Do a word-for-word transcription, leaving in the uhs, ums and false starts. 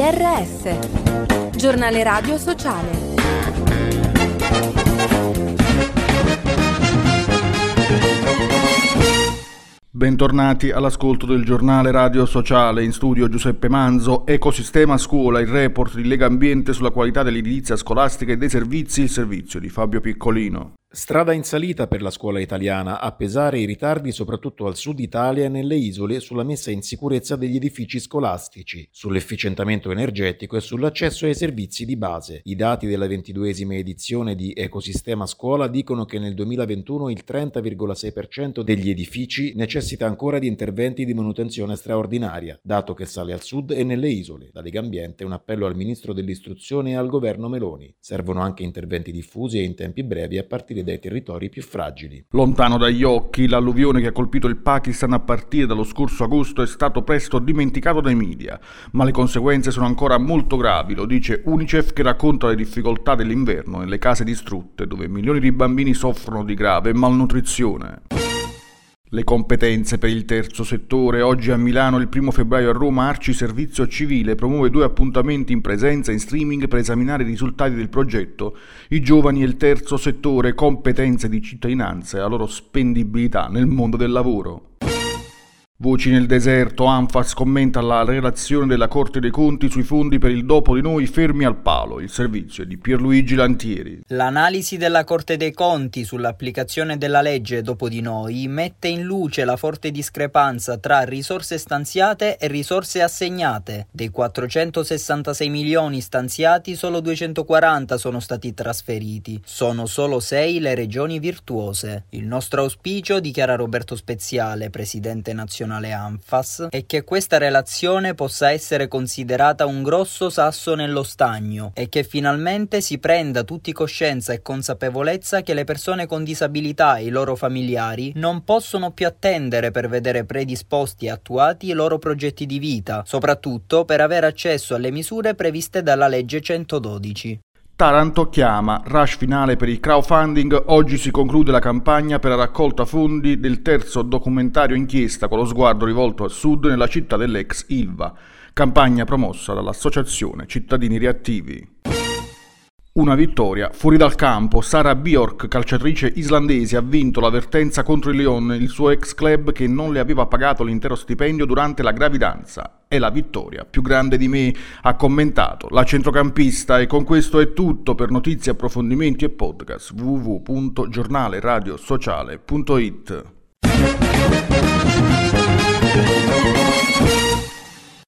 R S, giornale radio sociale. Bentornati all'ascolto del giornale radio sociale. In studio Giuseppe Manzo. Ecosistema scuola, il report di Lega Ambiente sulla qualità dell'edilizia scolastica e dei servizi, il servizio di Fabio Piccolino. Strada in salita per la scuola italiana, a pesare i ritardi soprattutto al sud Italia e nelle isole sulla messa in sicurezza degli edifici scolastici, sull'efficientamento energetico e sull'accesso ai servizi di base. I dati della ventiduesima edizione di Ecosistema Scuola dicono che nel duemilaventuno il trenta virgola sei per cento degli edifici necessita ancora di interventi di manutenzione straordinaria, dato che sale al sud e nelle isole. Da Lega Ambiente un appello al Ministro dell'Istruzione e al Governo Meloni. Servono anche interventi diffusi e in tempi brevi a partire dai territori più fragili. Lontano dagli occhi, l'alluvione che ha colpito il Pakistan a partire dallo scorso agosto è stato presto dimenticato dai media, ma le conseguenze sono ancora molto gravi, lo dice UNICEF, che racconta le difficoltà dell'inverno nelle case distrutte, dove milioni di bambini soffrono di grave malnutrizione. Le competenze per il terzo settore. Oggi a Milano, il primo febbraio a Roma, Arci Servizio Civile promuove due appuntamenti in presenza e in streaming per esaminare i risultati del progetto I giovani e il terzo settore, competenze di cittadinanza e la loro spendibilità nel mondo del lavoro. Voci nel deserto. Anfas commenta la relazione della Corte dei Conti sui fondi per il dopo di noi fermi al palo. Il servizio è di Pierluigi Lantieri. L'analisi della Corte dei Conti sull'applicazione della legge dopo di noi mette in luce la forte discrepanza tra risorse stanziate e risorse assegnate. Dei quattrocentosessantasei milioni stanziati, solo duecentoquaranta sono stati trasferiti. Sono solo sei le regioni virtuose. Il nostro auspicio, dichiara Roberto Speziale, presidente nazionale Anfas, è che questa relazione possa essere considerata un grosso sasso nello stagno e che finalmente si prenda tutti coscienza e consapevolezza che le persone con disabilità e i loro familiari non possono più attendere per vedere predisposti e attuati i loro progetti di vita, soprattutto per avere accesso alle misure previste dalla legge centododici. Taranto chiama, rush finale per il crowdfunding. Oggi si conclude la campagna per la raccolta fondi del terzo documentario inchiesta con lo sguardo rivolto al sud nella città dell'ex Ilva, campagna promossa dall'associazione Cittadini Reattivi. Una vittoria. Fuori dal campo, Sara Bjork, calciatrice islandese, ha vinto l'avvertenza contro il Lyon, il suo ex club che non le aveva pagato l'intero stipendio durante la gravidanza. È la vittoria più grande di me, ha commentato la centrocampista. E con questo è tutto. Per notizie, approfondimenti e podcast w w w punto giornale radio sociale punto it.